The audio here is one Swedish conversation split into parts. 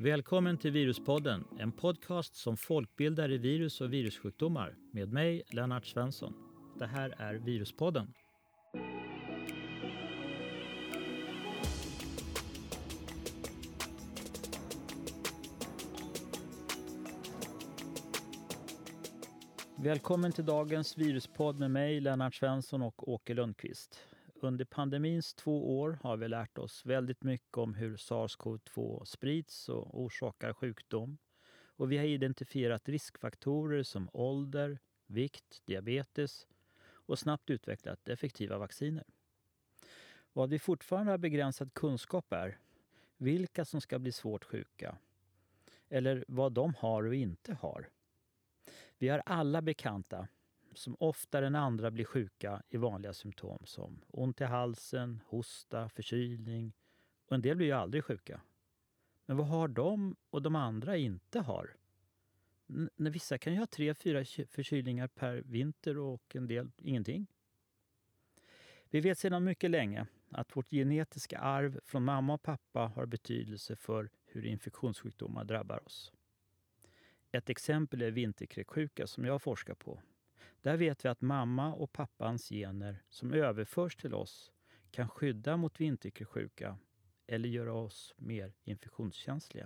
Välkommen till Viruspodden, en podcast som folkbildar i virus och virussjukdomar med mig, Lennart Svensson. Det här är Viruspodden. Välkommen till dagens viruspodd med mig, Lennart Svensson och Åke Lundqvist. Under pandemins 2 år har vi lärt oss väldigt mycket om hur SARS-CoV-2 sprids och orsakar sjukdom. Och vi har identifierat riskfaktorer som ålder, vikt, diabetes och snabbt utvecklat effektiva vacciner. Vad vi fortfarande har begränsad kunskap är vilka som ska bli svårt sjuka eller vad de har och inte har. Vi har alla bekanta som oftare än andra blir sjuka i vanliga symptom som ont i halsen, hosta, förkylning och en del blir ju aldrig sjuka. Men vad har de och de andra inte har? När vissa kan ju ha 3-4 förkylningar per vinter och en del ingenting. Vi vet sedan mycket länge att vårt genetiska arv från mamma och pappa har betydelse för hur infektionssjukdomar drabbar oss. Ett exempel är vinterkräksjuka som jag forskar på. Där vet vi att mamma och pappans gener som överförs till oss kan skydda mot vinterkräksjuka eller göra oss mer infektionskänsliga.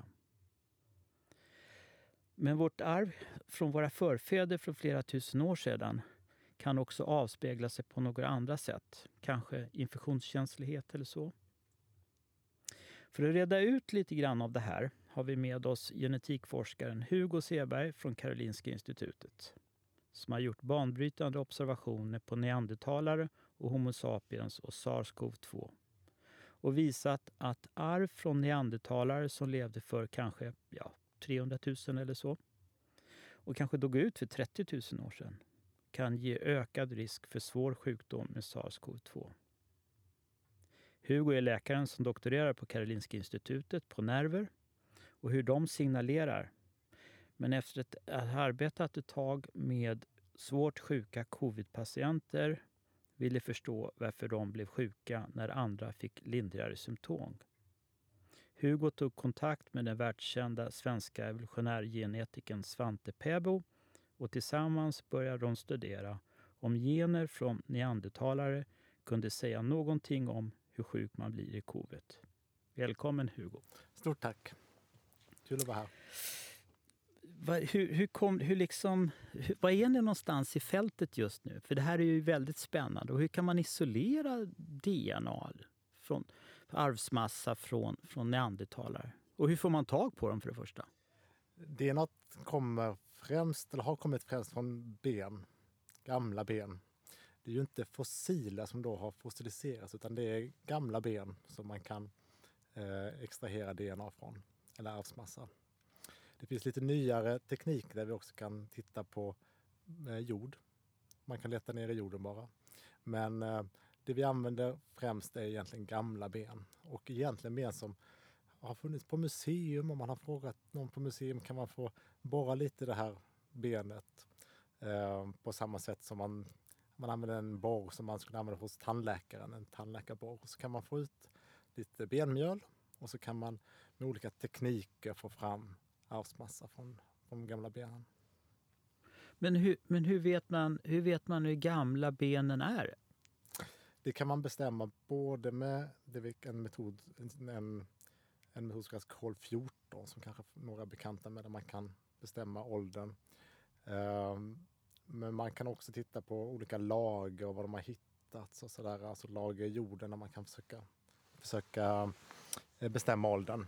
Men vårt arv från våra förfäder från flera tusen år sedan kan också avspegla sig på några andra sätt. Kanske infektionskänslighet eller så. För att reda ut lite grann av det här har vi med oss genetikforskaren Hugo Seberg från Karolinska institutet som har gjort banbrytande observationer på neandertalare och Homo sapiens och SARS-CoV-2 och visat att arv från neandertalare som levde för kanske 300 000 eller så och kanske dog ut för 30 000 år sedan kan ge ökad risk för svår sjukdom med SARS-CoV-2. Hugo är läkaren som doktorerar på Karolinska institutet på nerver och hur de signalerar. Men efter att ha arbetat ett tag med svårt sjuka covid-patienter ville förstå varför de blev sjuka när andra fick lindrigare symptom. Hugo tog kontakt med den världskända svenska evolutionärgenetikern Svante Pääbo och tillsammans började de studera om gener från neandertalare kunde säga någonting om hur sjuk man blir i covid. Välkommen Hugo. Stort tack. Kul att vara här. Vad är ni någonstans i fältet just nu? För det här är ju väldigt spännande. Och hur kan man isolera DNA från arvsmassa från neandertalare? Och hur får man tag på dem för det första? DNA har kommit främst från ben, gamla ben. Det är ju inte fossiler som då har fossiliserats utan det är gamla ben som man kan extrahera DNA från, eller arvsmassa. Det finns lite nyare teknik där vi också kan titta på jord. Man kan leta ner i jorden bara. Men det vi använder främst är egentligen gamla ben. Och egentligen ben som har funnits på museum. Om man har frågat någon på museum kan man få borra lite i det här benet. På samma sätt som man använder en borr som man skulle använda hos tandläkaren. En tandläkarborr. Så kan man få ut lite benmjöl. Och så kan man med olika tekniker få fram arvsmassa från de gamla benen. Men hur vet man hur gamla benen är? Det kan man bestämma både med en metod som kallas Col14 som kanske några är bekanta med där man kan bestämma åldern. Men man kan också titta på olika lager och vad de har hittats och sådär. Alltså lager i jorden där man kan försöka bestämma åldern.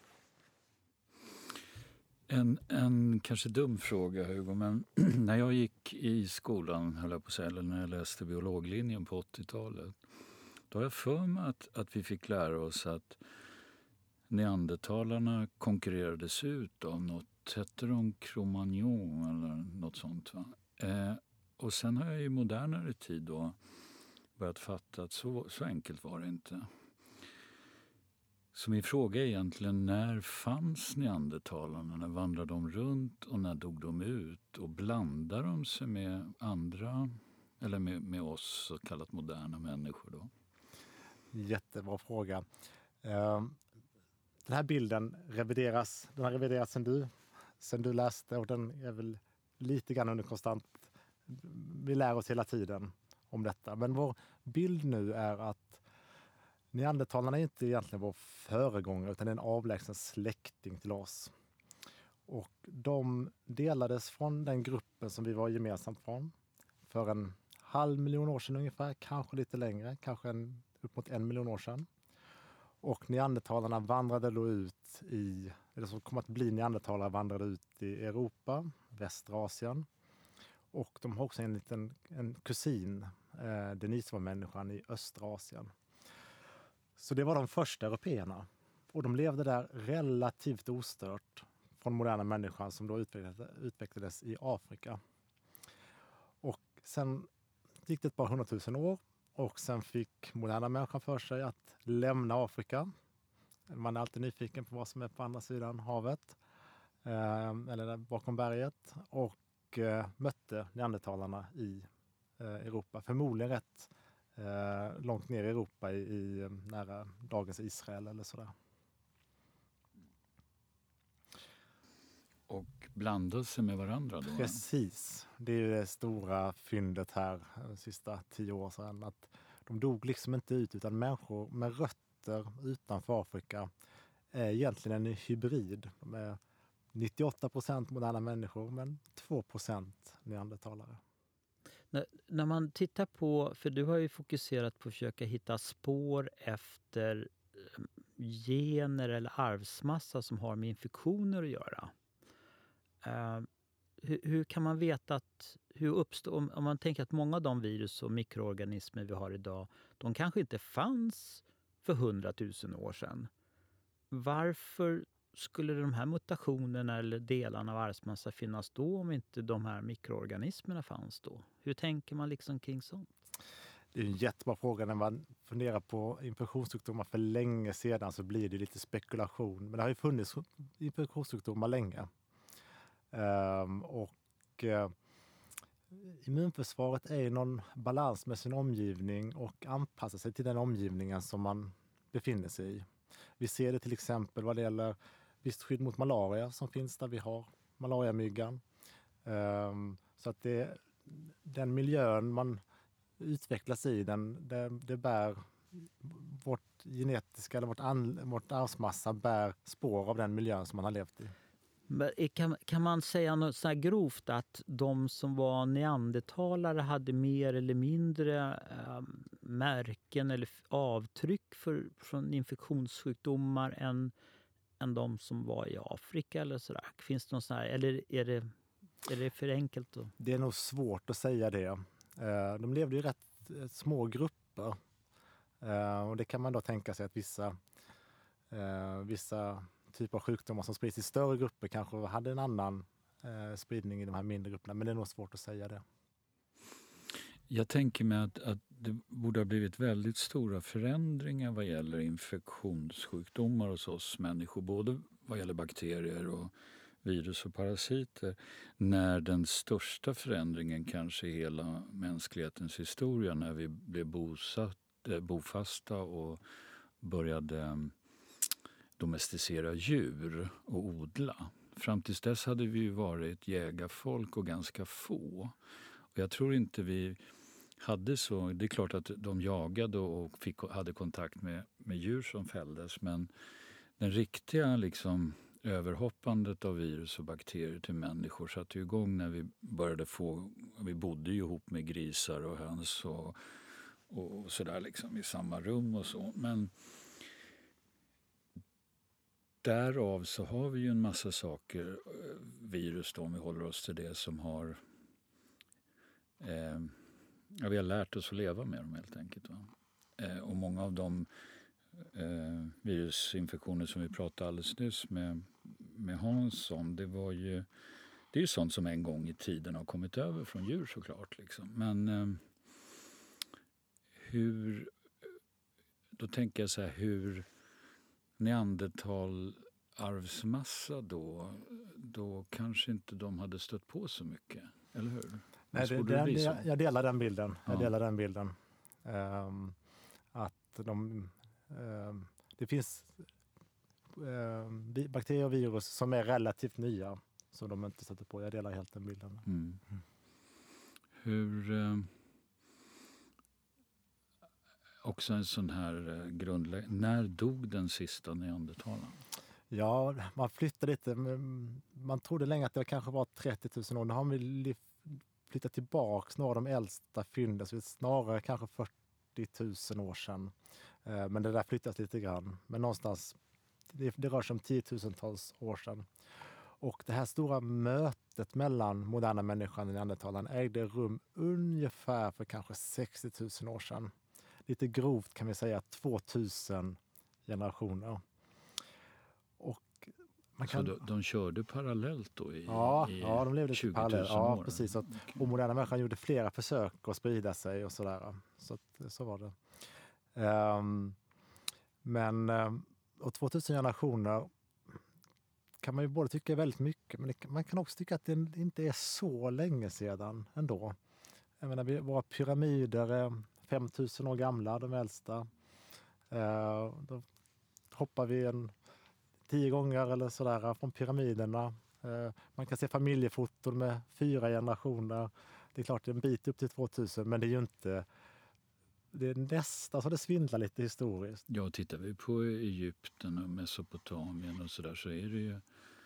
En kanske dum fråga Hugo, men när jag gick i skolan, höll jag på att säga, eller när jag läste biologlinjen på 80-talet, då har jag för mig att vi fick lära oss att neandertalarna konkurrerades ut av något, hette de Cro-Magnon eller något sånt va? Och sen har jag i modernare tid då börjat fatta att så enkelt var det inte. Så min fråga är egentligen, när fanns neandertalarna? När vandrade de runt och när dog de ut? Och blandade de sig med andra, eller med oss så kallat moderna människor då? Jättebra fråga. Den här bilden har reviderats sen du läste, och den är väl lite grann under konstant. Vi lär oss hela tiden om detta. Men vår bild nu är att neandertalarna är inte egentligen vår föregångare, utan en avlägsen släkting till oss. Och de delades från den gruppen som vi var gemensamt från för 500 000 år sedan ungefär, kanske lite längre, kanske upp mot 1 miljon år sedan. Och neandertalarna vandrade då ut eller som kom att bli neandertalare vandrade ut i Europa, västra Asien. Och de har också en kusin, Denisova-människan i östra Asien. Så det var de första européerna. Och de levde där relativt ostört från moderna människan som då utvecklades i Afrika. Och sen gick det ett par 100 000 år och sen fick moderna människan för sig att lämna Afrika. Man är alltid nyfiken på vad som är på andra sidan havet eller där bakom berget, och mötte neandertalarna i Europa. Förmodligen rätt långt ner i Europa i nära dagens Israel eller sådär. Och blandade sig med varandra då? Precis. Det är ju det stora fyndet här de sista 10 år sedan. Att de dog liksom inte ut, utan människor med rötter utanför Afrika är egentligen en hybrid. De är 98% moderna människor, men 2% neandertalare. När man tittar på, för du har ju fokuserat på att försöka hitta spår efter gener eller arvsmassa som har med infektioner att göra. Hur kan man veta hur uppstår, om man tänker att många av de virus och mikroorganismer vi har idag, de kanske inte fanns för 100 000 år sedan. Varför skulle de här mutationerna eller delarna av arvsmassa finnas då om inte de här mikroorganismerna fanns då? Hur tänker man liksom kring sånt? Det är en jättebra fråga. När man funderar på infektionssjukdomar för länge sedan så blir det lite spekulation. Men det har ju funnits infektionssjukdomar länge. Immunförsvaret är någon balans med sin omgivning och anpassar sig till den omgivningen som man befinner sig i. Vi ser det till exempel vad det gäller visst skydd mot malaria som finns där vi har malariamyggan. Så att den miljön man utvecklas i, det bär vårt genetiska eller vårt arvsmassa bär spår av den miljön som man har levt i. Kan man säga något så här grovt att de som var neandertalare hade mer eller mindre märken eller avtryck från infektionssjukdomar än de som var i Afrika eller sådär? Finns det någon sån här, eller är det för enkelt då? Det är nog svårt att säga det. De levde i rätt små grupper. Och det kan man då tänka sig att vissa typer av sjukdomar som sprids i större grupper kanske hade en annan spridning i de här mindre grupperna. Men det är nog svårt att säga det. Jag tänker mig att det borde ha blivit väldigt stora förändringar vad gäller infektionssjukdomar hos oss människor. Både vad gäller bakterier och virus och parasiter. När den största förändringen kanske i hela mänsklighetens historia, när vi blev bofasta och började domesticera djur och odla. Fram tills dess hade vi ju varit jägarfolk och ganska få. Och jag tror inte vi hade så. Det är klart att de jagade och hade kontakt med djur som fälldes, men den riktiga liksom överhoppandet av virus och bakterier till människor satte igång när vi började vi bodde ju ihop med grisar och höns och sådär liksom i samma rum och så. Men därav så har vi ju en massa saker, virus då, om vi håller oss till det, som har vi har lärt oss att leva med dem helt enkelt. Va? Och många av de virusinfektioner som vi pratade alldeles nyss med Hans om, det är ju sånt som en gång i tiden har kommit över från djur såklart. Liksom. Men då tänker jag så här, hur neandertal arvsmassa då kanske inte de hade stött på så mycket, eller hur? Nej, jag delar den bilden. Att det finns bakterier och virus som är relativt nya som de inte sätter på. Jag delar helt den bilden. Hur... Också en sån här grundläggande... När dog den sista neandertalaren? Ja, man flyttade lite. Man trodde länge att det kanske var 30 000 år. Nu har vi flyttat tillbaka några av de äldsta fynden. Så det är snarare kanske 40 000 år sedan. Men det där flyttas lite grann. Men någonstans, det rör sig om 10 000-tals år sedan. Och det här stora mötet mellan moderna människan och neandertalaren ägde rum ungefär för kanske 60 000 år sedan. Lite grovt kan vi säga 2000 generationer. Och man kan... Så de körde parallellt då i de levde 20 000 parallellt. år? Ja, precis. Och moderna människan gjorde flera försök att sprida sig och sådär. Så var det. Och 2000 generationer kan man ju både tycka är väldigt mycket, men man kan också tycka att det inte är så länge sedan ändå. Jag menar, våra pyramider är 5000 år gamla, de äldsta. Då hoppar vi 10 gånger eller sådär från pyramiderna. Man kan se familjefoton med 4 generationer. Det är klart det är en bit upp till 2000, men det är ju inte... Det är nästan så det svindlar lite historiskt. Ja, tittar vi på Egypten och Mesopotamien och sådär så är det ju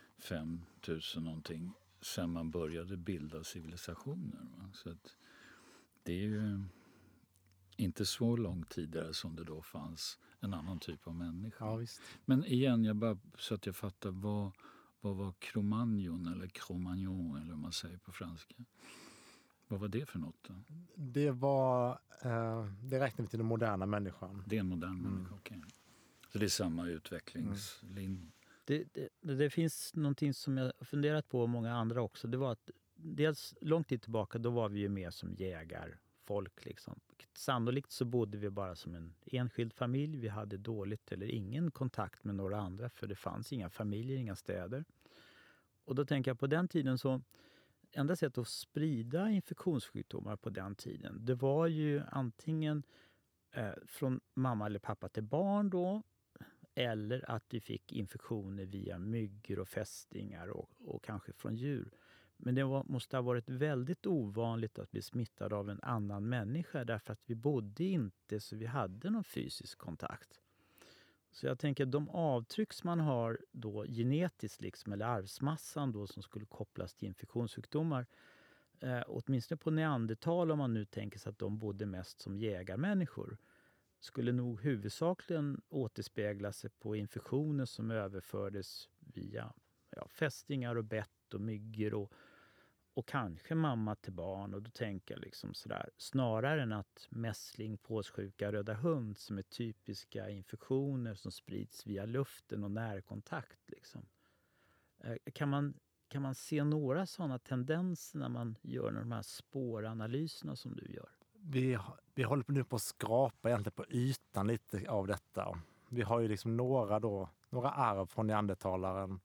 5000 någonting sen man började bilda civilisationer. Va? Så att det är ju inte så lång tid där som det då fanns en annan typ av människa. Ja, visst. Men igen, så att jag fattar, vad var Cro-Magnon eller Cro-Magnon eller vad man säger på franska? Vad var det för något då? Det räknar vi till den moderna människan. Det är en modern människa, okej. Så det är samma utvecklingslinje. Det finns någonting som jag har funderat på och många andra också. Det var att dels långt tid tillbaka då var vi ju mer som jägarfolk. Liksom. Sannolikt så bodde vi bara som en enskild familj. Vi hade dåligt eller ingen kontakt med några andra för det fanns inga familjer, inga städer. Och då tänker jag på den tiden så enda sättet att sprida infektionssjukdomar på den tiden det var ju antingen från mamma eller pappa till barn då eller att vi fick infektioner via myggor och fästingar och kanske från djur. Men det måste ha varit väldigt ovanligt att bli smittad av en annan människa därför att vi bodde inte så vi hade någon fysisk kontakt. Så jag tänker att de avtryck man har då genetiskt liksom, eller arvsmassan då som skulle kopplas till infektionssjukdomar åtminstone på neandertal om man nu tänker sig att de bodde mest som jägarmänniskor skulle nog huvudsakligen återspegla sig på infektioner som överfördes via fästingar och bett och myggor och kanske mamma till barn. Och då tänker jag liksom sådär, snarare än att mässling, påssjuka, röda hund som är typiska infektioner som sprids via luften och närkontakt. Liksom. Kan man se några sådana tendenser när man gör de här spåranalyserna som du gör? Vi håller nu på att skrapa egentligen på ytan lite av detta. Vi har ju liksom några arv från neandertalaren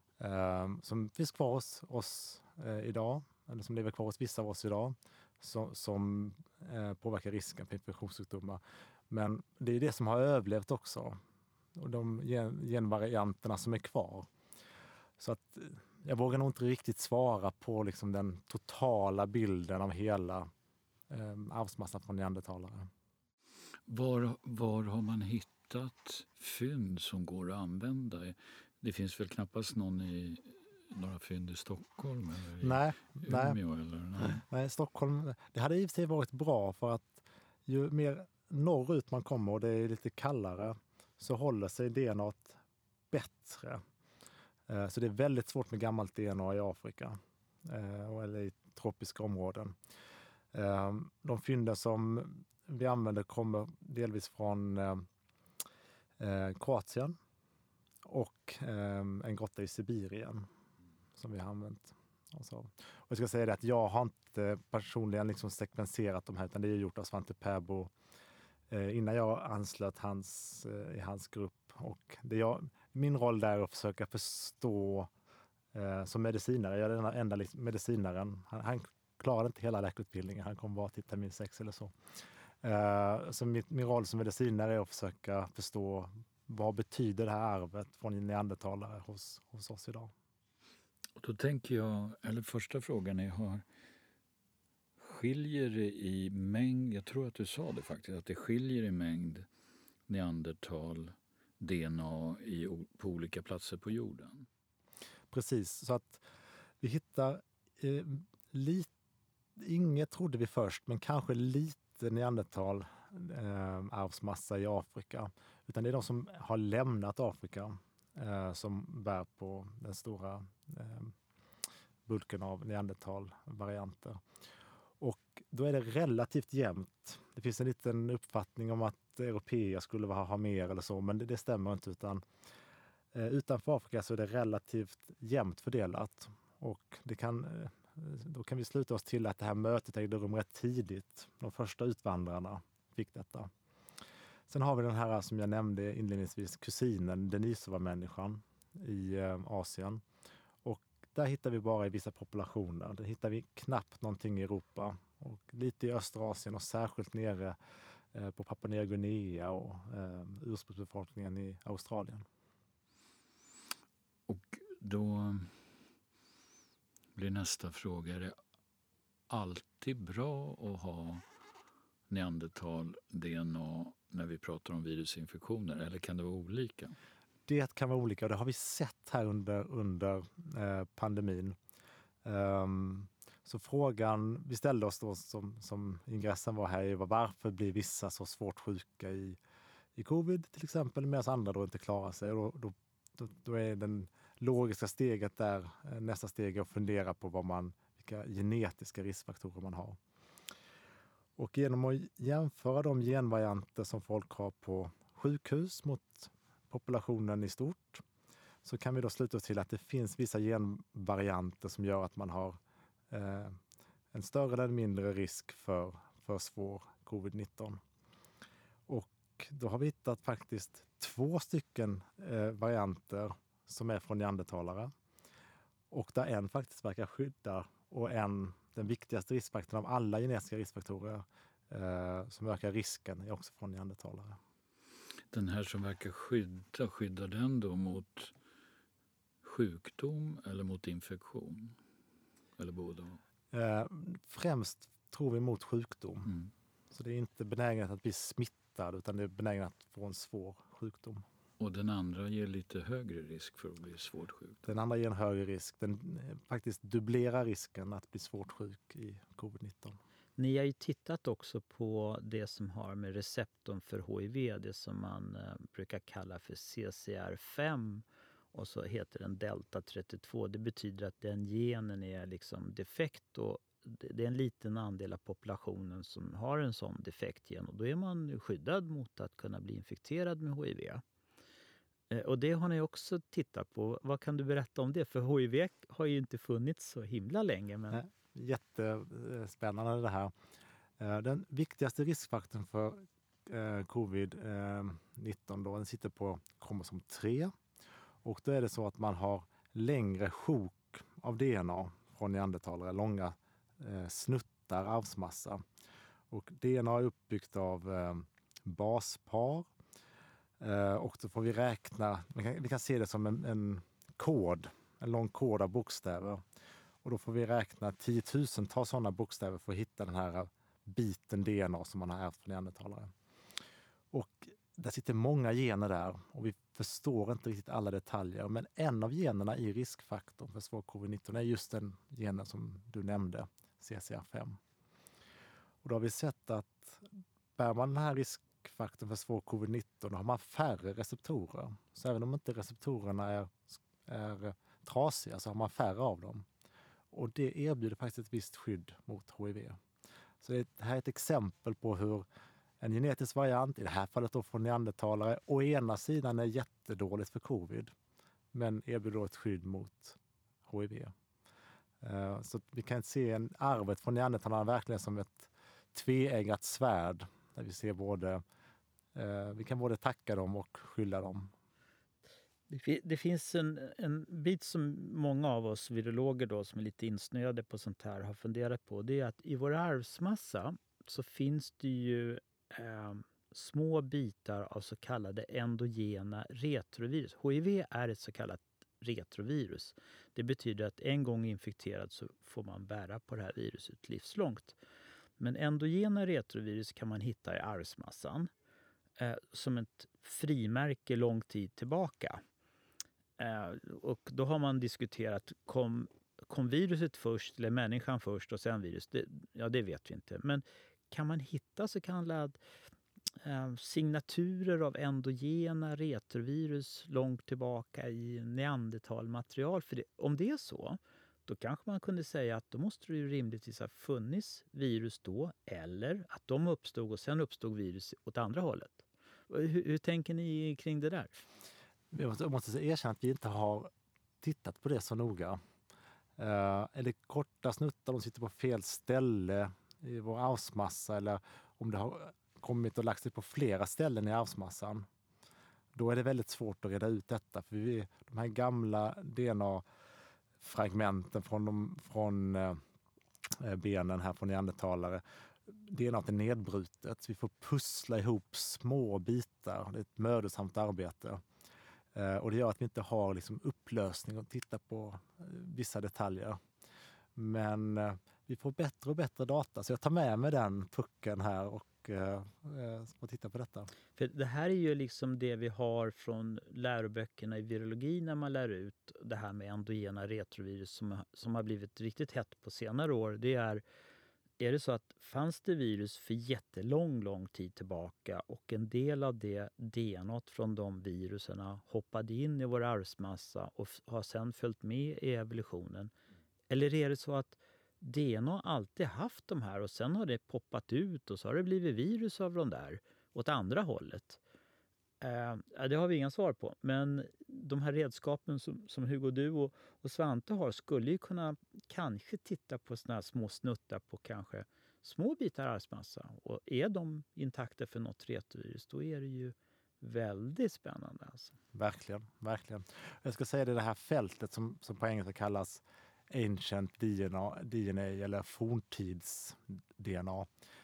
som finns kvar hos oss idag, eller som lever kvar hos vissa av oss idag, som påverkar risken för infektionssjukdomar. Men det är det som har överlevt också, och de genvarianterna som är kvar. Så att jag vågar nog inte riktigt svara på liksom den totala bilden av hela arvsmassan från neandertalare. Var har man hittat fynd som går att använda? Det finns väl knappast några fynd i Stockholm eller Umeå? Nej, Stockholm. Det hade i och för sig varit bra för att ju mer norrut man kommer och det är lite kallare så håller sig DNA bättre. Så det är väldigt svårt med gammalt DNA i Afrika eller i tropiska områden. De fynden som vi använder kommer delvis från Kroatien och en grotta i Sibirien som vi har använt. Och jag ska säga det att jag har inte personligen liksom sekvenserat de här utan det är gjort av Svante Pääbo innan jag anslöt i hans grupp. Och min roll där är att försöka förstå som medicinare. Jag är den enda medicinaren. Han klarade inte hela läkarutbildningen. Han kom bara till termin 6 eller så. Så min roll som medicinare är att försöka förstå vad betyder det här arvet från neandertalare hos oss idag? Och då tänker jag, eller första frågan är, skiljer det i mängd, jag tror att du sa det faktiskt, att det skiljer i mängd neandertal DNA på olika platser på jorden? Precis, så att vi hittar inget trodde vi först, men kanske lite neandertal arvsmassa i Afrika. Utan det är de som har lämnat Afrika som bär på den stora bulken av neandertal-varianter. Och då är det relativt jämnt. Det finns en liten uppfattning om att europeer skulle ha mer eller så, men det stämmer inte. Utanför Afrika så är det relativt jämnt fördelat. Och då kan vi sluta oss till att det här mötet ägde rum rätt tidigt. De första utvandrarna fick detta. Sen har vi den här som jag nämnde inledningsvis, kusinen, Denisova-människan i Asien. Och där hittar vi bara i vissa populationer. Där hittar vi knappt någonting i Europa. Och lite i östra Asien och särskilt nere på Papua Nya Guinea och ursprungsbefolkningen i Australien. Och då blir nästa fråga, är det alltid bra att ha neandertal-DNA när vi pratar om virusinfektioner, eller kan det vara olika? Det kan vara olika och det har vi sett här under pandemin. Så frågan vi ställde oss då som ingressen var här var varför blir vissa så svårt sjuka i covid till exempel medan andra då inte klarar sig. Och då är den logiska steget där, nästa steg är att fundera på vilka genetiska riskfaktorer man har. Och genom att jämföra de genvarianter som folk har på sjukhus mot populationen i stort så kan vi då sluta oss till att det finns vissa genvarianter som gör att man har en större eller mindre risk för svår covid-19. Och då har vi hittat faktiskt 2 varianter som är från neandertalare. Och där en faktiskt verkar skydda och den viktigaste riskfaktorn av alla genetiska riskfaktorer som ökar risken är också från neandertalare. Den här som verkar skyddar den då mot sjukdom eller mot infektion? Eller båda? Främst tror vi mot sjukdom. Mm. Så det är inte benägenhet att bli smittad utan det är benägenhet att få en svår sjukdom. Och den andra ger lite högre risk för att bli svårt sjuk? Den andra ger en högre risk. Den faktiskt dubblerar risken att bli svårt sjuk i covid-19. Ni har ju tittat också på det som har med receptorn för HIV, det som man brukar kalla för CCR5 och så heter den delta 32. Det betyder att den genen är liksom defekt och det är en liten andel av populationen som har en sån defekt gen och då är man skyddad mot att kunna bli infekterad med HIV. Och det har ni också tittat på. Vad kan du berätta om det? För HIV har ju inte funnits så himla länge. Men... Jättespännande det här. Den viktigaste riskfaktorn för covid-19 då, den sitter på kromosom 3. Och då är det så att man har längre sjok av DNA från neandertalare, långa snuttar arvsmassa. Och DNA är uppbyggt av baspar. Och då får vi räkna, vi kan se det som en kod, en lång kod av bokstäver. Och då får vi räkna 10 000-tals sådana bokstäver för att hitta den här biten DNA som man har ärvt från neandertalare. Och där sitter många gener där och vi förstår inte riktigt alla detaljer. Men en av generna i riskfaktorn för svår covid-19 är just den genen som du nämnde, CCR5. Och då har vi sett att bär man den här riskfaktorn för svår covid-19 då har man färre receptorer. Så även om inte receptorerna är trasiga så har man färre av dem. Och det erbjuder faktiskt ett visst skydd mot HIV. Så det här är ett exempel på hur en genetisk variant, i det här fallet då från neandertalare, å ena sidan är jättedåligt för covid men erbjuder ett skydd mot HIV. Så vi kan se arvet från neandertalarna verkligen som ett tveeggat svärd där vi ser vi kan både tacka dem och skylla dem. Det finns en bit som många av oss virologer då, som är lite insnöade på sånt här har funderat på. Det är att i vår arvsmassa så finns det ju små bitar av så kallade endogena retrovirus. HIV är ett så kallat retrovirus. Det betyder att en gång infekterad så får man bära på det här viruset livslångt. Men endogena retrovirus kan man hitta i arvsmassan som ett frimärke lång tid tillbaka. Och då har man diskuterat, kom viruset först eller människan först och sen virus? Det vet vi inte. Men kan man hitta så kallade signaturer av endogena retrovirus långt tillbaka i neandertalmaterial? För om det är så, då kanske man kunde säga att då måste det ju rimligtvis ha funnits virus då, eller att de uppstod och sen uppstod virus åt andra hållet. Hur tänker ni kring det där? Jag måste erkänna att vi inte har tittat på det så noga. Eller korta snuttar, de sitter på fel ställe i vår arvsmassa, eller om det har kommit och lagt sig på flera ställen i arvsmassan. Då är det väldigt svårt att reda ut detta. För de här gamla DNA-fragmenten från benen här från neandertalare, DNA är nedbrutet. Vi får pussla ihop små bitar. Det är ett mödosamt arbete. Och det gör att vi inte har liksom upplösning och titta på vissa detaljer. Men vi får bättre och bättre data. Så jag tar med mig den pucken här och titta på detta. För det här är ju liksom det vi har från läroböckerna i virologi när man lär ut det här med endogena retrovirus som har blivit riktigt hett på senare år. Det är det så att fanns det virus för lång tid tillbaka och en del av det DNA från de viruserna hoppade in i vår arvsmassa och har sedan följt med i evolutionen? Eller är det så att DNA alltid haft de här och sen har det poppat ut och så har det blivit virus av de där åt andra hållet? Det har vi inga svar på. Men de här redskapen som Hugo, du och Svante har skulle ju kunna kanske titta på såna här små snuttar på kanske små bitar arvsmassa. Och är de intakta för något retrovirus, då är det ju väldigt spännande. Alltså. Verkligen, verkligen. Jag ska säga det här fältet som på engelska kallas ancient DNA eller forntids-DNA.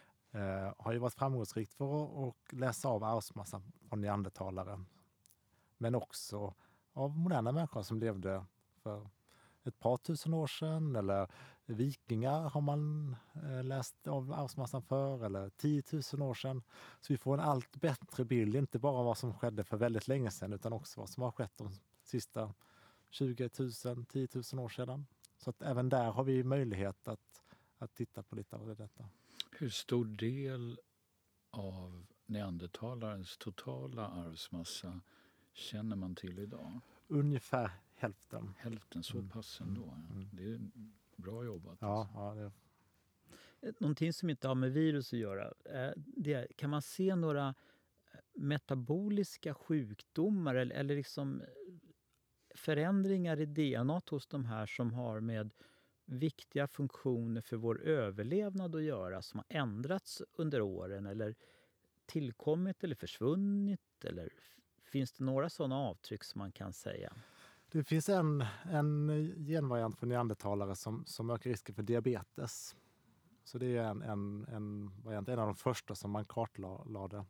Har ju varit framgångsrikt för att läsa av arvsmassan från neandertalare. Men också av moderna människor som levde för ett par tusen år sedan. Eller vikingar har man läst av arvsmassan för. Eller 10 000 år sedan. Så vi får en allt bättre bild. Inte bara vad som skedde för väldigt länge sedan. Utan också vad som har skett de sista 20 000, 10 000 år sedan. Så att även där har vi möjlighet att titta på lite av detta. Hur stor del av neandertalarens totala arvsmassa känner man till idag? Ungefär hälften. Hälften, så pass ändå. Det är bra jobbat. Ja, alltså. Någonting som inte har med virus att göra. Kan man se några metaboliska sjukdomar eller liksom förändringar i DNA hos de här som har med viktiga funktioner för vår överlevnad att göra, som har ändrats under åren eller tillkommit eller försvunnit? Eller finns det några sådana avtryck som man kan säga? Det finns en genvariant för neandertalare som ökar risken för diabetes. Så det är en variant, en av de första som man kartlade.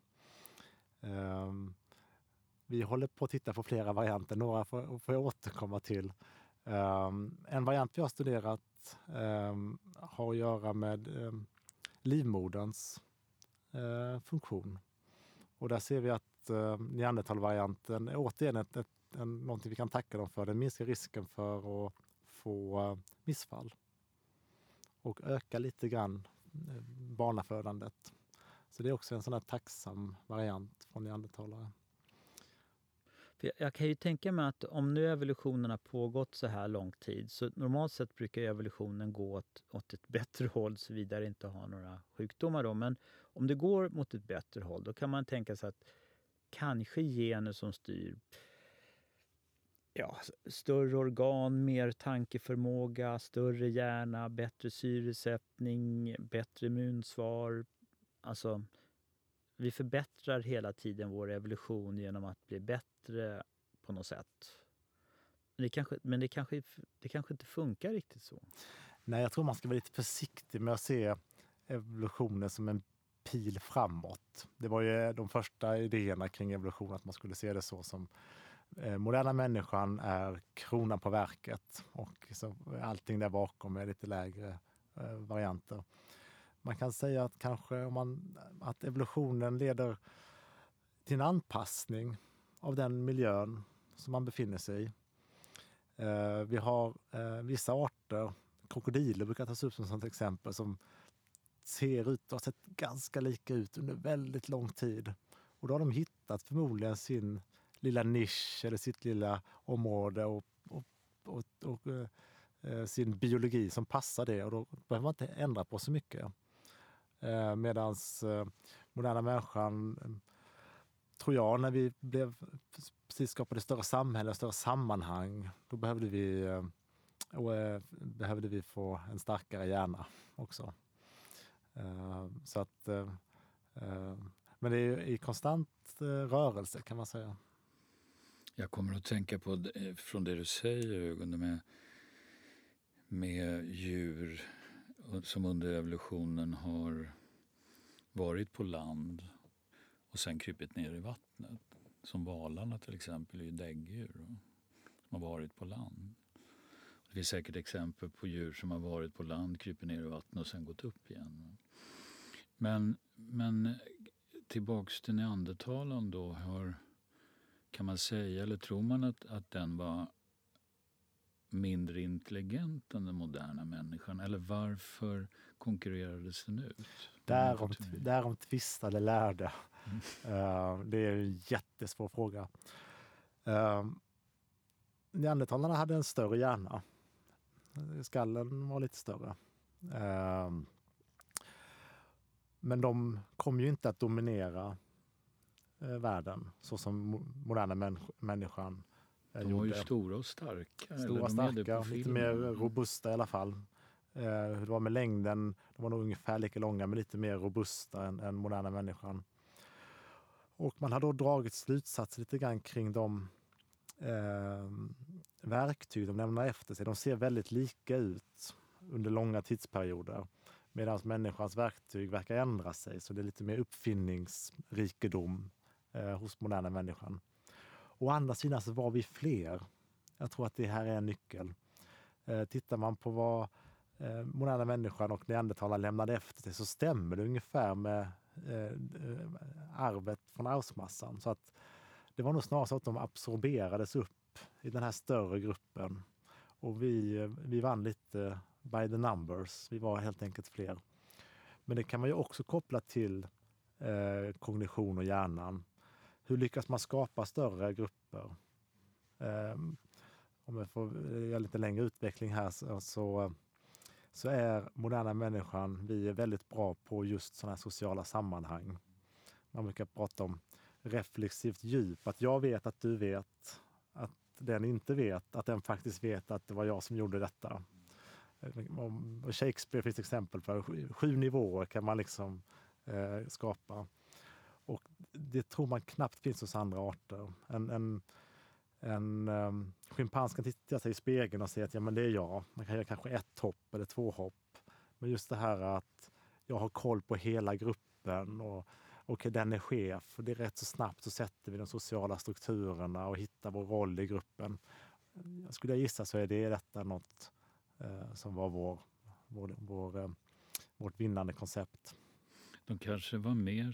Vi håller på att titta på flera varianter, några får jag återkomma till. En variant vi har studerat har att göra med livmoderns funktion. Och där ser vi att neandertalvarianten är återigen någonting vi kan tacka dem för. Den minskar risken för att få missfall. Och ökar lite grann barnafödandet. Så det är också en sån här tacksam variant från neandertalare. Jag kan ju tänka mig att om nu evolutionen har pågått så här lång tid, så normalt sett brukar evolutionen gå åt ett bättre håll så vidare inte har några sjukdomar då. Men om det går mot ett bättre håll, då kan man tänka sig att kanske gener som styr större organ, mer tankeförmåga, större hjärna, bättre syresättning, bättre immunsvar. Alltså, vi förbättrar hela tiden vår evolution genom att bli bättre på något sätt. Men det kanske inte funkar riktigt så. Nej, jag tror man ska vara lite försiktig med att se evolutionen som en pil framåt. Det var ju de första idéerna kring evolution, att man skulle se det så som moderna människan är kronan på verket och så allting där bakom är lite lägre varianter. Man kan säga att kanske att evolutionen leder till en anpassning av den miljön som man befinner sig i. Vi har vissa arter, krokodiler brukar tas upp som sånt exempel, som ser ut att ha sett ganska lika ut under väldigt lång tid. Och då har de hittat förmodligen sin lilla nisch eller sitt lilla område och sin biologi som passar det, och då behöver man inte ändra på så mycket. Medan moderna människan, tror jag, när vi precis skapade större samhälle, större sammanhang, då behövde vi få en starkare hjärna också. Så att, men det är i konstant rörelse, kan man säga. Jag kommer att tänka på, från det du säger, Hugo, med djur som under evolutionen har varit på land och sen krypit ner i vattnet. Som valarna till exempel är ju däggdjur som har varit på land. Det finns säkert exempel på djur som har varit på land, krypit ner i vattnet och sen gått upp igen. Men tillbaks till neandertalaren då, kan man säga, eller tror man att den var mindre intelligent än den moderna människan? Eller varför konkurrerades den ut? Därom tvistade lärde. Det är en jättesvår fråga. Neandertalarna hade en större hjärna. Skallen var lite större. Men de kom ju inte att dominera världen så som moderna människan gjorde. De var ju stora och starka. Stora och starka, lite mer robusta i alla fall. Hur det var med längden, de var nog ungefär lika långa men lite mer robusta än moderna människan. Och man har då dragit slutsatser lite grann kring de verktyg de lämnar efter sig. De ser väldigt lika ut under långa tidsperioder. Medan människans verktyg verkar ändra sig. Så det är lite mer uppfinningsrikedom hos moderna människan. Å andra sidan så var vi fler. Jag tror att det här är en nyckel. Tittar man på vad moderna människan och neandertalare lämnade efter sig, så stämmer det ungefär med arvet från arvsmassan. Så att det var nog snarare så att de absorberades upp i den här större gruppen. Och vi vann lite by the numbers. Vi var helt enkelt fler. Men det kan man ju också koppla till kognition och hjärnan. Hur lyckas man skapa större grupper? Om jag får göra lite längre utveckling här så är moderna människan, vi är väldigt bra på just sådana här sociala sammanhang. Man brukar prata om reflexivt djup. Att jag vet att du vet, att den inte vet, att den faktiskt vet att det var jag som gjorde detta. Shakespeare finns exempel på 7 nivåer kan man liksom skapa. Och det tror man knappt finns hos andra arter. En schimpans kan titta sig i spegeln och säga att ja, men det är jag. Man kan göra kanske 1 hopp eller 2 hopp. Men just det här att jag har koll på hela gruppen och den är chef. Det är rätt så snabbt så sätter vi de sociala strukturerna och hittar vår roll i gruppen. Jag skulle gissa så är detta något som var vårt vinnande koncept. De kanske var mer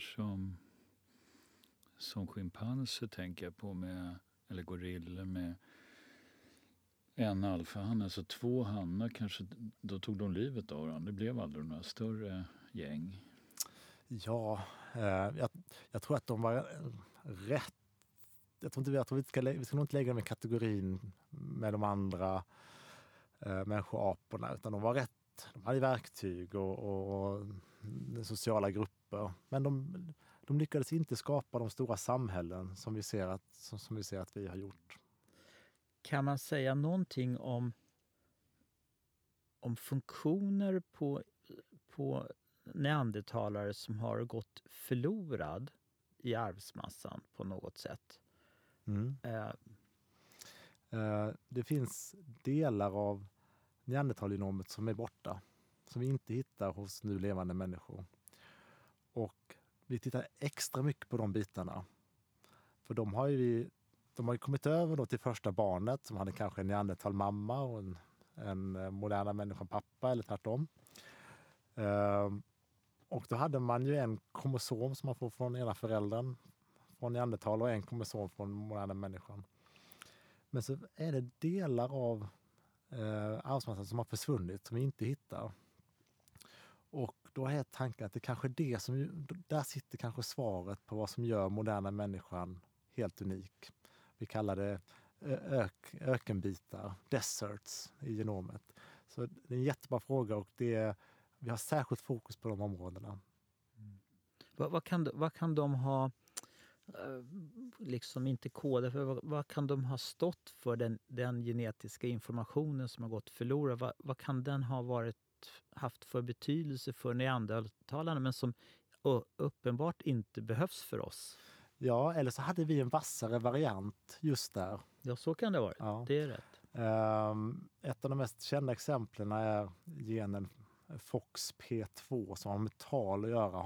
som schimpanser, tänker jag på, eller gorillor med en alfahanne, alltså 2 hannar kanske, då tog de livet av varandra. Det blev aldrig några större gäng. Ja, jag tror att de var rätt. Vi ska nog inte lägga dem i kategorin med de andra människoaporna, utan de var rätt. De hade verktyg och sociala grupper, men de lyckades inte skapa de stora samhällen som vi ser att vi har gjort. Kan man säga någonting om funktioner på neandertalare som har gått förlorad i arvsmassan på något sätt? Det finns delar av neandertalgenomet som är borta, som vi inte hittar hos nu levande människor. Och vi tittar extra mycket på de bitarna. För de har ju kommit över då till första barnet som hade kanske en neandertalmamma och en moderna människan pappa eller tvärtom. Och då hade man ju en kromosom som man får från ena föräldern från neandertal och en kromosom från moderna människan. Men så är det delar av arvsmassan som har försvunnit, som vi inte hittar. Och då är tanken att det kanske är det som, där sitter kanske svaret på vad som gör moderna människan helt unik. Vi kallar det ökenbitar, deserts i genomet. Så det är en jättebra fråga och vi har särskilt fokus på de områdena. Vad kan de ha, liksom inte koda för, vad kan de ha stått för den genetiska informationen som har gått förlorad? Vad kan den ha haft för betydelse för neandertalarna men som uppenbart inte behövs för oss? Ja, eller så hade vi en vassare variant just där. Ja, så kan det vara. Ja. Det är rätt. Ett av de mest kända exemplen är genen FOXP2 som har med tal att göra.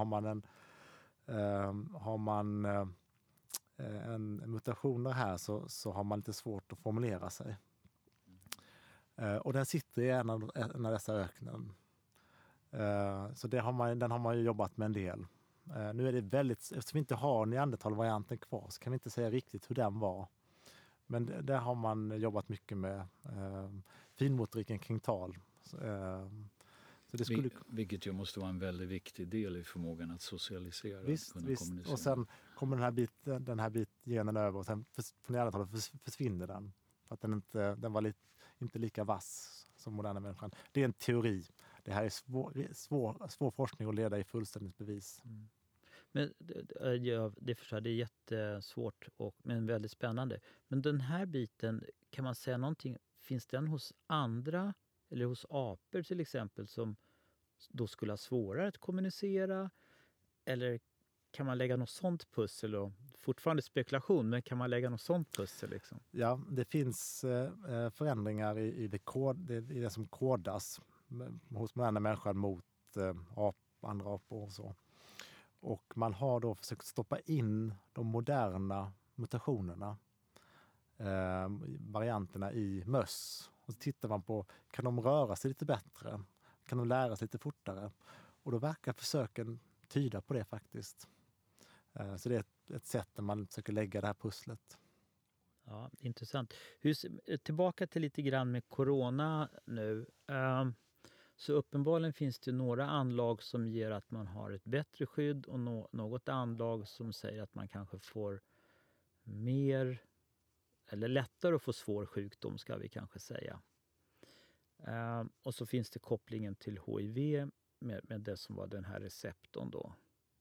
Har man en mutation här så har man lite svårt att formulera sig. Och den sitter i en av dessa öknen. Så den har man ju jobbat med en del. Nu är det eftersom vi inte har neandertalvarianten kvar så kan vi inte säga riktigt hur den var. Men där har man jobbat mycket med finmotoriken kring tal. Så vilket ju måste vara en väldigt viktig del i förmågan att socialisera. Visst. Och sen kommer den här genen över och sen från neandertalet försvinner den. För att den var inte lika vass som moderna människan. Det är en teori. Det här är svår forskning att leda i fullständigt bevis. Mm. Men det förstår jag, det är jättesvårt men väldigt spännande. Men den här biten, kan man säga någonting, finns den hos andra eller hos apor till exempel som då skulle ha svårare att kommunicera? Eller kan man lägga något sånt pussel? Och, fortfarande spekulation, men kan man lägga något sånt pussel? Liksom? Ja, det finns förändringar i det som kodas hos moderna människan mot andra apor och så. Och man har då försökt stoppa in de moderna mutationerna, varianterna i möss. Och så tittar man på, kan de röra sig lite bättre? Kan de lära sig lite fortare? Och då verkar försöken tyda på det faktiskt. Så det är ett sätt där man försöker lägga det här pusslet. Ja, intressant. Tillbaka till lite grann med corona nu. Så uppenbarligen finns det några anlag som ger att man har ett bättre skydd och något anlag som säger att man kanske får mer eller lättare att få svår sjukdom, ska vi kanske säga. Och så finns det kopplingen till HIV med det som var den här receptorn då.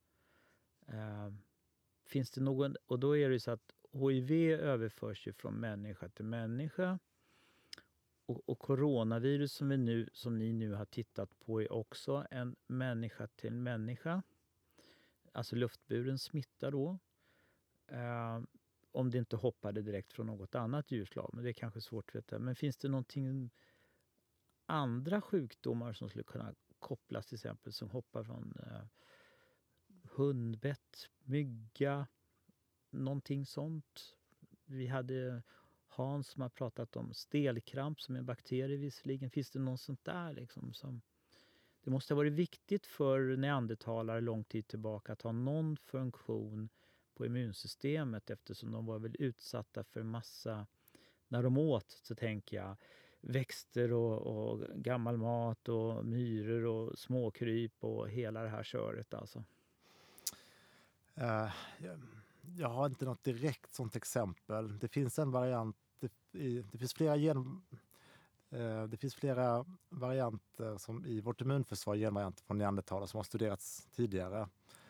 Finns det någon, och då är det så att HIV överförs ju från människa till människa. Och coronavirus som ni nu har tittat på är också en människa till människa. Alltså luftburen smitta då. Om det inte hoppade direkt från något annat djurslag. Men det är kanske svårt att veta. Men finns det någonting andra sjukdomar som skulle kunna kopplas till exempel som hoppar från hundbett, mygga, någonting sånt? Vi hade Hans som har pratat om stelkramp som en bakterie visserligen. Finns det något sånt där liksom som... Det måste ha varit viktigt för neandertalare lång tid tillbaka att ha någon funktion på immunsystemet eftersom de var väl utsatta för massa... När de åt så tänker jag växter och gammal mat och myror och småkryp och hela det här köret alltså. Jag har inte något direkt sånt exempel. Det finns en variant, det finns flera varianter som i vårt immunförsvar, genvarianter från neandertalare som har studerats tidigare.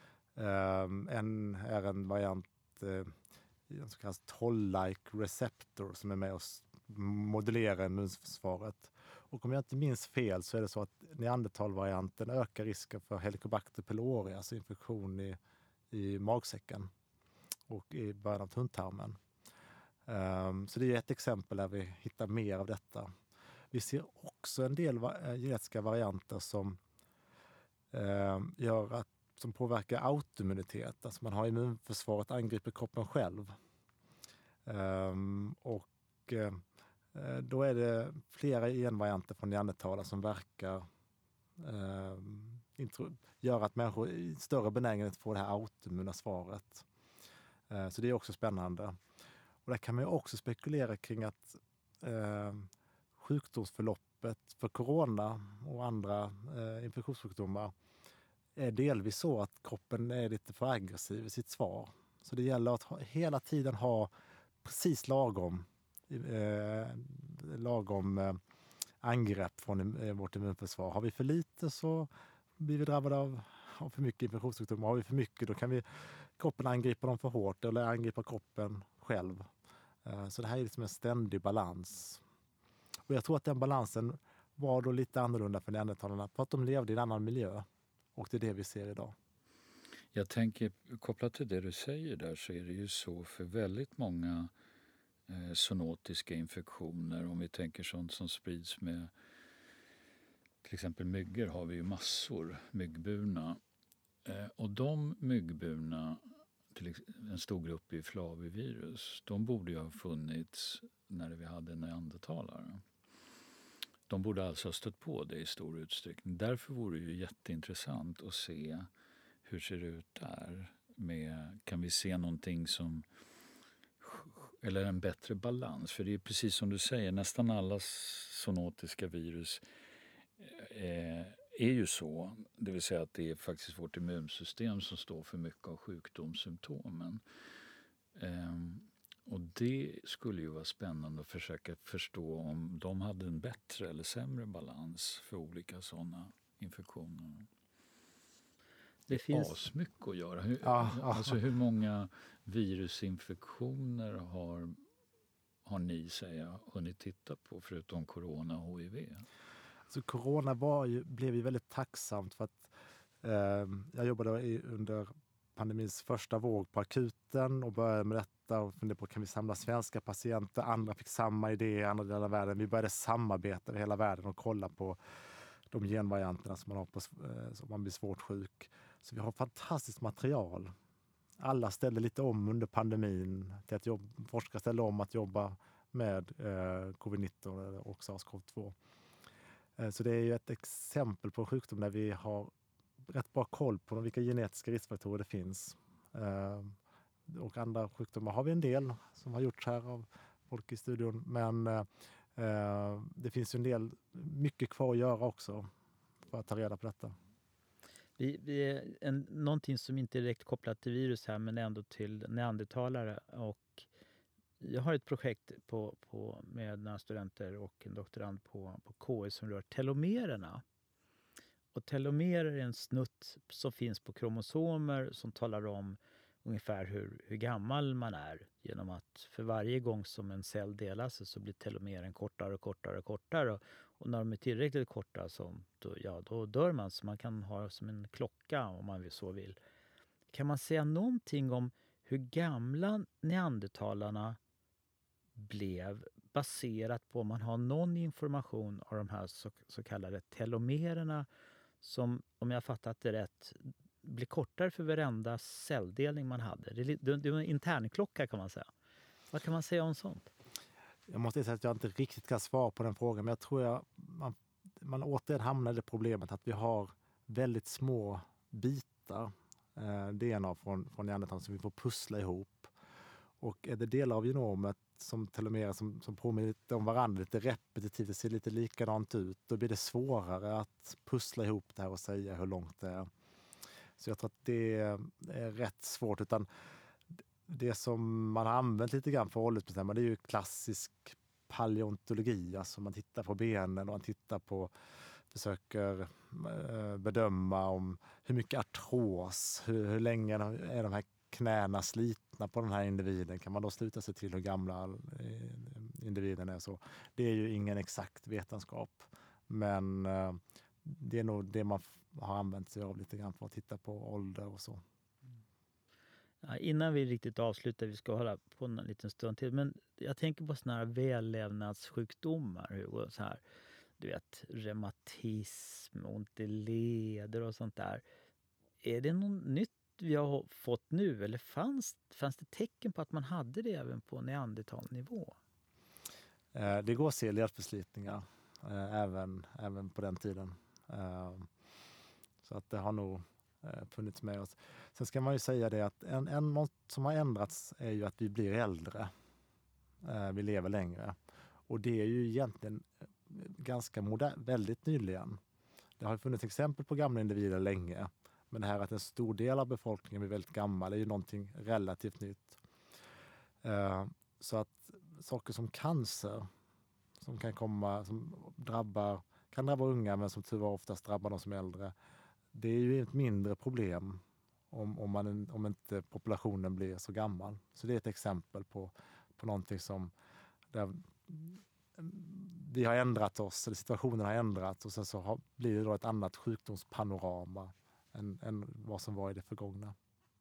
En är en variant, som kallas toll-like receptor, som är med och modulerar immunförsvaret. Och om jag inte minns fel så är det så att neandertalvarianten ökar risken för Helicobacter pylori, alltså infektion i magsäcken och i början av tunntarmen. Så det är ett exempel där vi hittar mer av detta. Vi ser också en del genetiska varianter som gör att som påverkar autoimmunitet. Alltså man har immunförsvaret angriper kroppen själv. Då är det flera genvarianter från neandertalare som verkar göra att människor är större benägenhet att få det här autoimmuna svaret. Så det är också spännande. Och där kan man ju också spekulera kring att sjukdomsförloppet för corona och andra infektionssjukdomar är delvis så att kroppen är lite för aggressiv i sitt svar. Så det gäller att hela tiden ha precis lagom angrepp från vårt immunförsvar. Har vi för lite så blir vi drabbade av för mycket infektionssjukdomar. Har vi för mycket då kan kroppen angripa dem för hårt eller angripa kroppen själv. Så det här är liksom en ständig balans. Och jag tror att den balansen var då lite annorlunda för neandertalarna för att de levde i en annan miljö. Och det är det vi ser idag. Jag tänker, kopplat till det du säger där, så är det ju så för väldigt många zoonotiska infektioner. Om vi tänker sånt som sprids med till exempel myggor har vi ju massor myggburna. Och de myggburna, en stor grupp i flavivirus, de borde ju ha funnits när vi hade neandertalare. De borde alltså ha stött på det i stor utsträckning. Därför vore det ju jätteintressant att se hur ser det ut där. Kan vi se någonting som, eller en bättre balans? För det är precis som du säger, nästan alla zoonotiska virus är ju så. Det vill säga att det är faktiskt vårt immunsystem som står för mycket av sjukdomssymptomen. Och det skulle ju vara spännande att försöka förstå om de hade en bättre eller sämre balans för olika sådana infektioner. Det finns mycket att göra. Alltså hur många virusinfektioner har ni hunnit titta på förutom corona och HIV? Så corona blev ju väldigt tacksamt för att jag jobbade under pandemins första våg på akuten och började med detta och funderade på kan vi samla svenska patienter. Andra fick samma idé i andra delar av världen. Vi började samarbeta över hela världen och kolla på de genvarianterna som man har som man blir svårt sjuk. Så vi har fantastiskt material. Alla ställde lite om under pandemin till att forskare ställde om att jobba med covid-19 och SARS-CoV-2. Så det är ju ett exempel på en sjukdom där vi har rätt bra koll på vilka genetiska riskfaktorer det finns. Och andra sjukdomar har vi en del som har gjorts här av folk i studion. Men det finns ju mycket kvar att göra också för att ta reda på detta. Någonting som inte är direkt kopplat till virus här men ändå till neandertalare. Och jag har ett projekt med några studenter och en doktorand på KI som rör telomererna. Och telomerer är en snutt som finns på kromosomer som talar om ungefär hur gammal man är. Genom att för varje gång som en cell delas så blir telomeren kortare och kortare och kortare. Och när de är tillräckligt korta då dör man. Så man kan ha som en klocka om man så vill. Kan man säga någonting om hur gamla neandertalarna blev baserat på om man har någon information av de här så kallade telomererna som, om jag fattat det rätt, blir kortare för varenda celldelning man hade. Det är en internklocka kan man säga. Vad kan man säga om sånt? Jag måste säga att jag inte riktigt kan svara på den frågan, men jag tror man återigen hamnar i det problemet att vi har väldigt små bitar DNA från neandertalare som vi får pussla ihop. Och är det delar av genomet som telomerer som påminner lite om varandra, lite repetitivt, det ser lite likadant ut, då blir det svårare att pussla ihop det här och säga hur långt det är. Så jag tror att det är rätt svårt, utan det som man har använt lite grann för åldersbestämmande är ju klassisk paleontologi, alltså man tittar på benen och man tittar på, försöker bedöma om hur mycket artros, hur länge är de här knäna slitna på den här individen, kan man då sluta sig till hur gamla individen är. Så det är ju ingen exakt vetenskap, men det är nog det man har använt sig av lite grann för att titta på ålder och så. Ja, innan vi riktigt avslutar, vi ska hålla på en liten stund till, men jag tänker på såna här vällevnadssjukdomar, så här, du vet, reumatism, ont i leder och sånt där. Är det något nytt vi har fått nu, eller fanns det tecken på att man hade det även på neandertalnivå? Det går att se ledförslitningar även på den tiden. Så att det har nog funnits med oss. Sen ska man ju säga det att något som har ändrats är ju att vi blir äldre. Vi lever längre. Och det är ju egentligen ganska väldigt nyligen. Det har funnits exempel på gamla individer länge. Men det här att en stor del av befolkningen blir väldigt gammal är ju någonting relativt nytt. Så att saker som cancer som kan drabba unga men som tyvärr oftast drabbar de som är äldre. Det är ju ett mindre problem om inte populationen blir så gammal. Så det är ett exempel på någonting som där vi har ändrat oss, eller situationen har ändrats och sen så blir det då ett annat sjukdomspanorama än vad som var i det förgångna.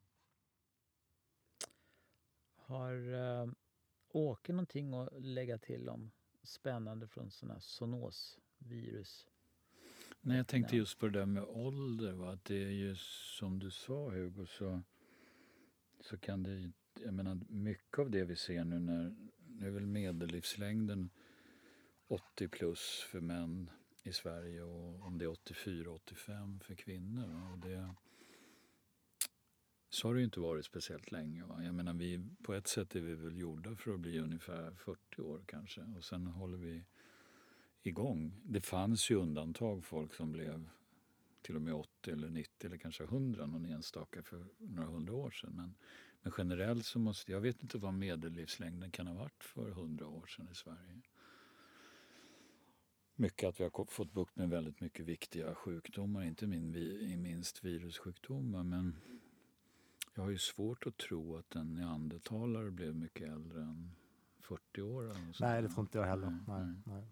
Har Åke någonting att lägga till om spännande från sådana här zoonosvirus? Nej, jag tänkte just på det där med ålder. Va? Att det är ju som du sa, Hugo, så kan det, jag menar, mycket av det vi ser nu är väl medellivslängden 80 plus för män i Sverige och om det är 84-85 för kvinnor. Va? Och så har det ju inte varit speciellt länge. Va? Jag menar, på ett sätt är vi väl gjorda för att bli ungefär 40 år kanske. Och sen håller vi igång. Det fanns ju undantag, folk som blev till och med 80 eller 90 eller kanske 100 någon enstaka för några 100 år sedan. Men generellt så jag vet inte vad medellivslängden kan ha varit för 100 år sedan i Sverige. Mycket att vi har fått bukt med väldigt mycket viktiga sjukdomar, inte minst virussjukdomar, men jag har ju svårt att tro att en neandertalare blev mycket äldre än 40 år. Nej, det tror inte jag heller. Nej.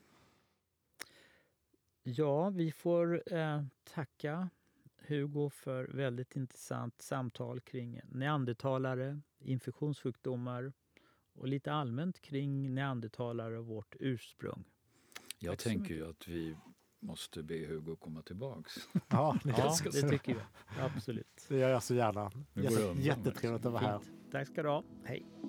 Ja, vi får tacka Hugo för väldigt intressant samtal kring neandertalare, infektionssjukdomar och lite allmänt kring neandertalare och vårt ursprung. Jag tänker ju att vi måste be Hugo komma tillbaks. Ja, det tycker jag. Absolut. Det gör jag så gärna. Jättetrevligt att vara här. Tack ska du ha. Hej.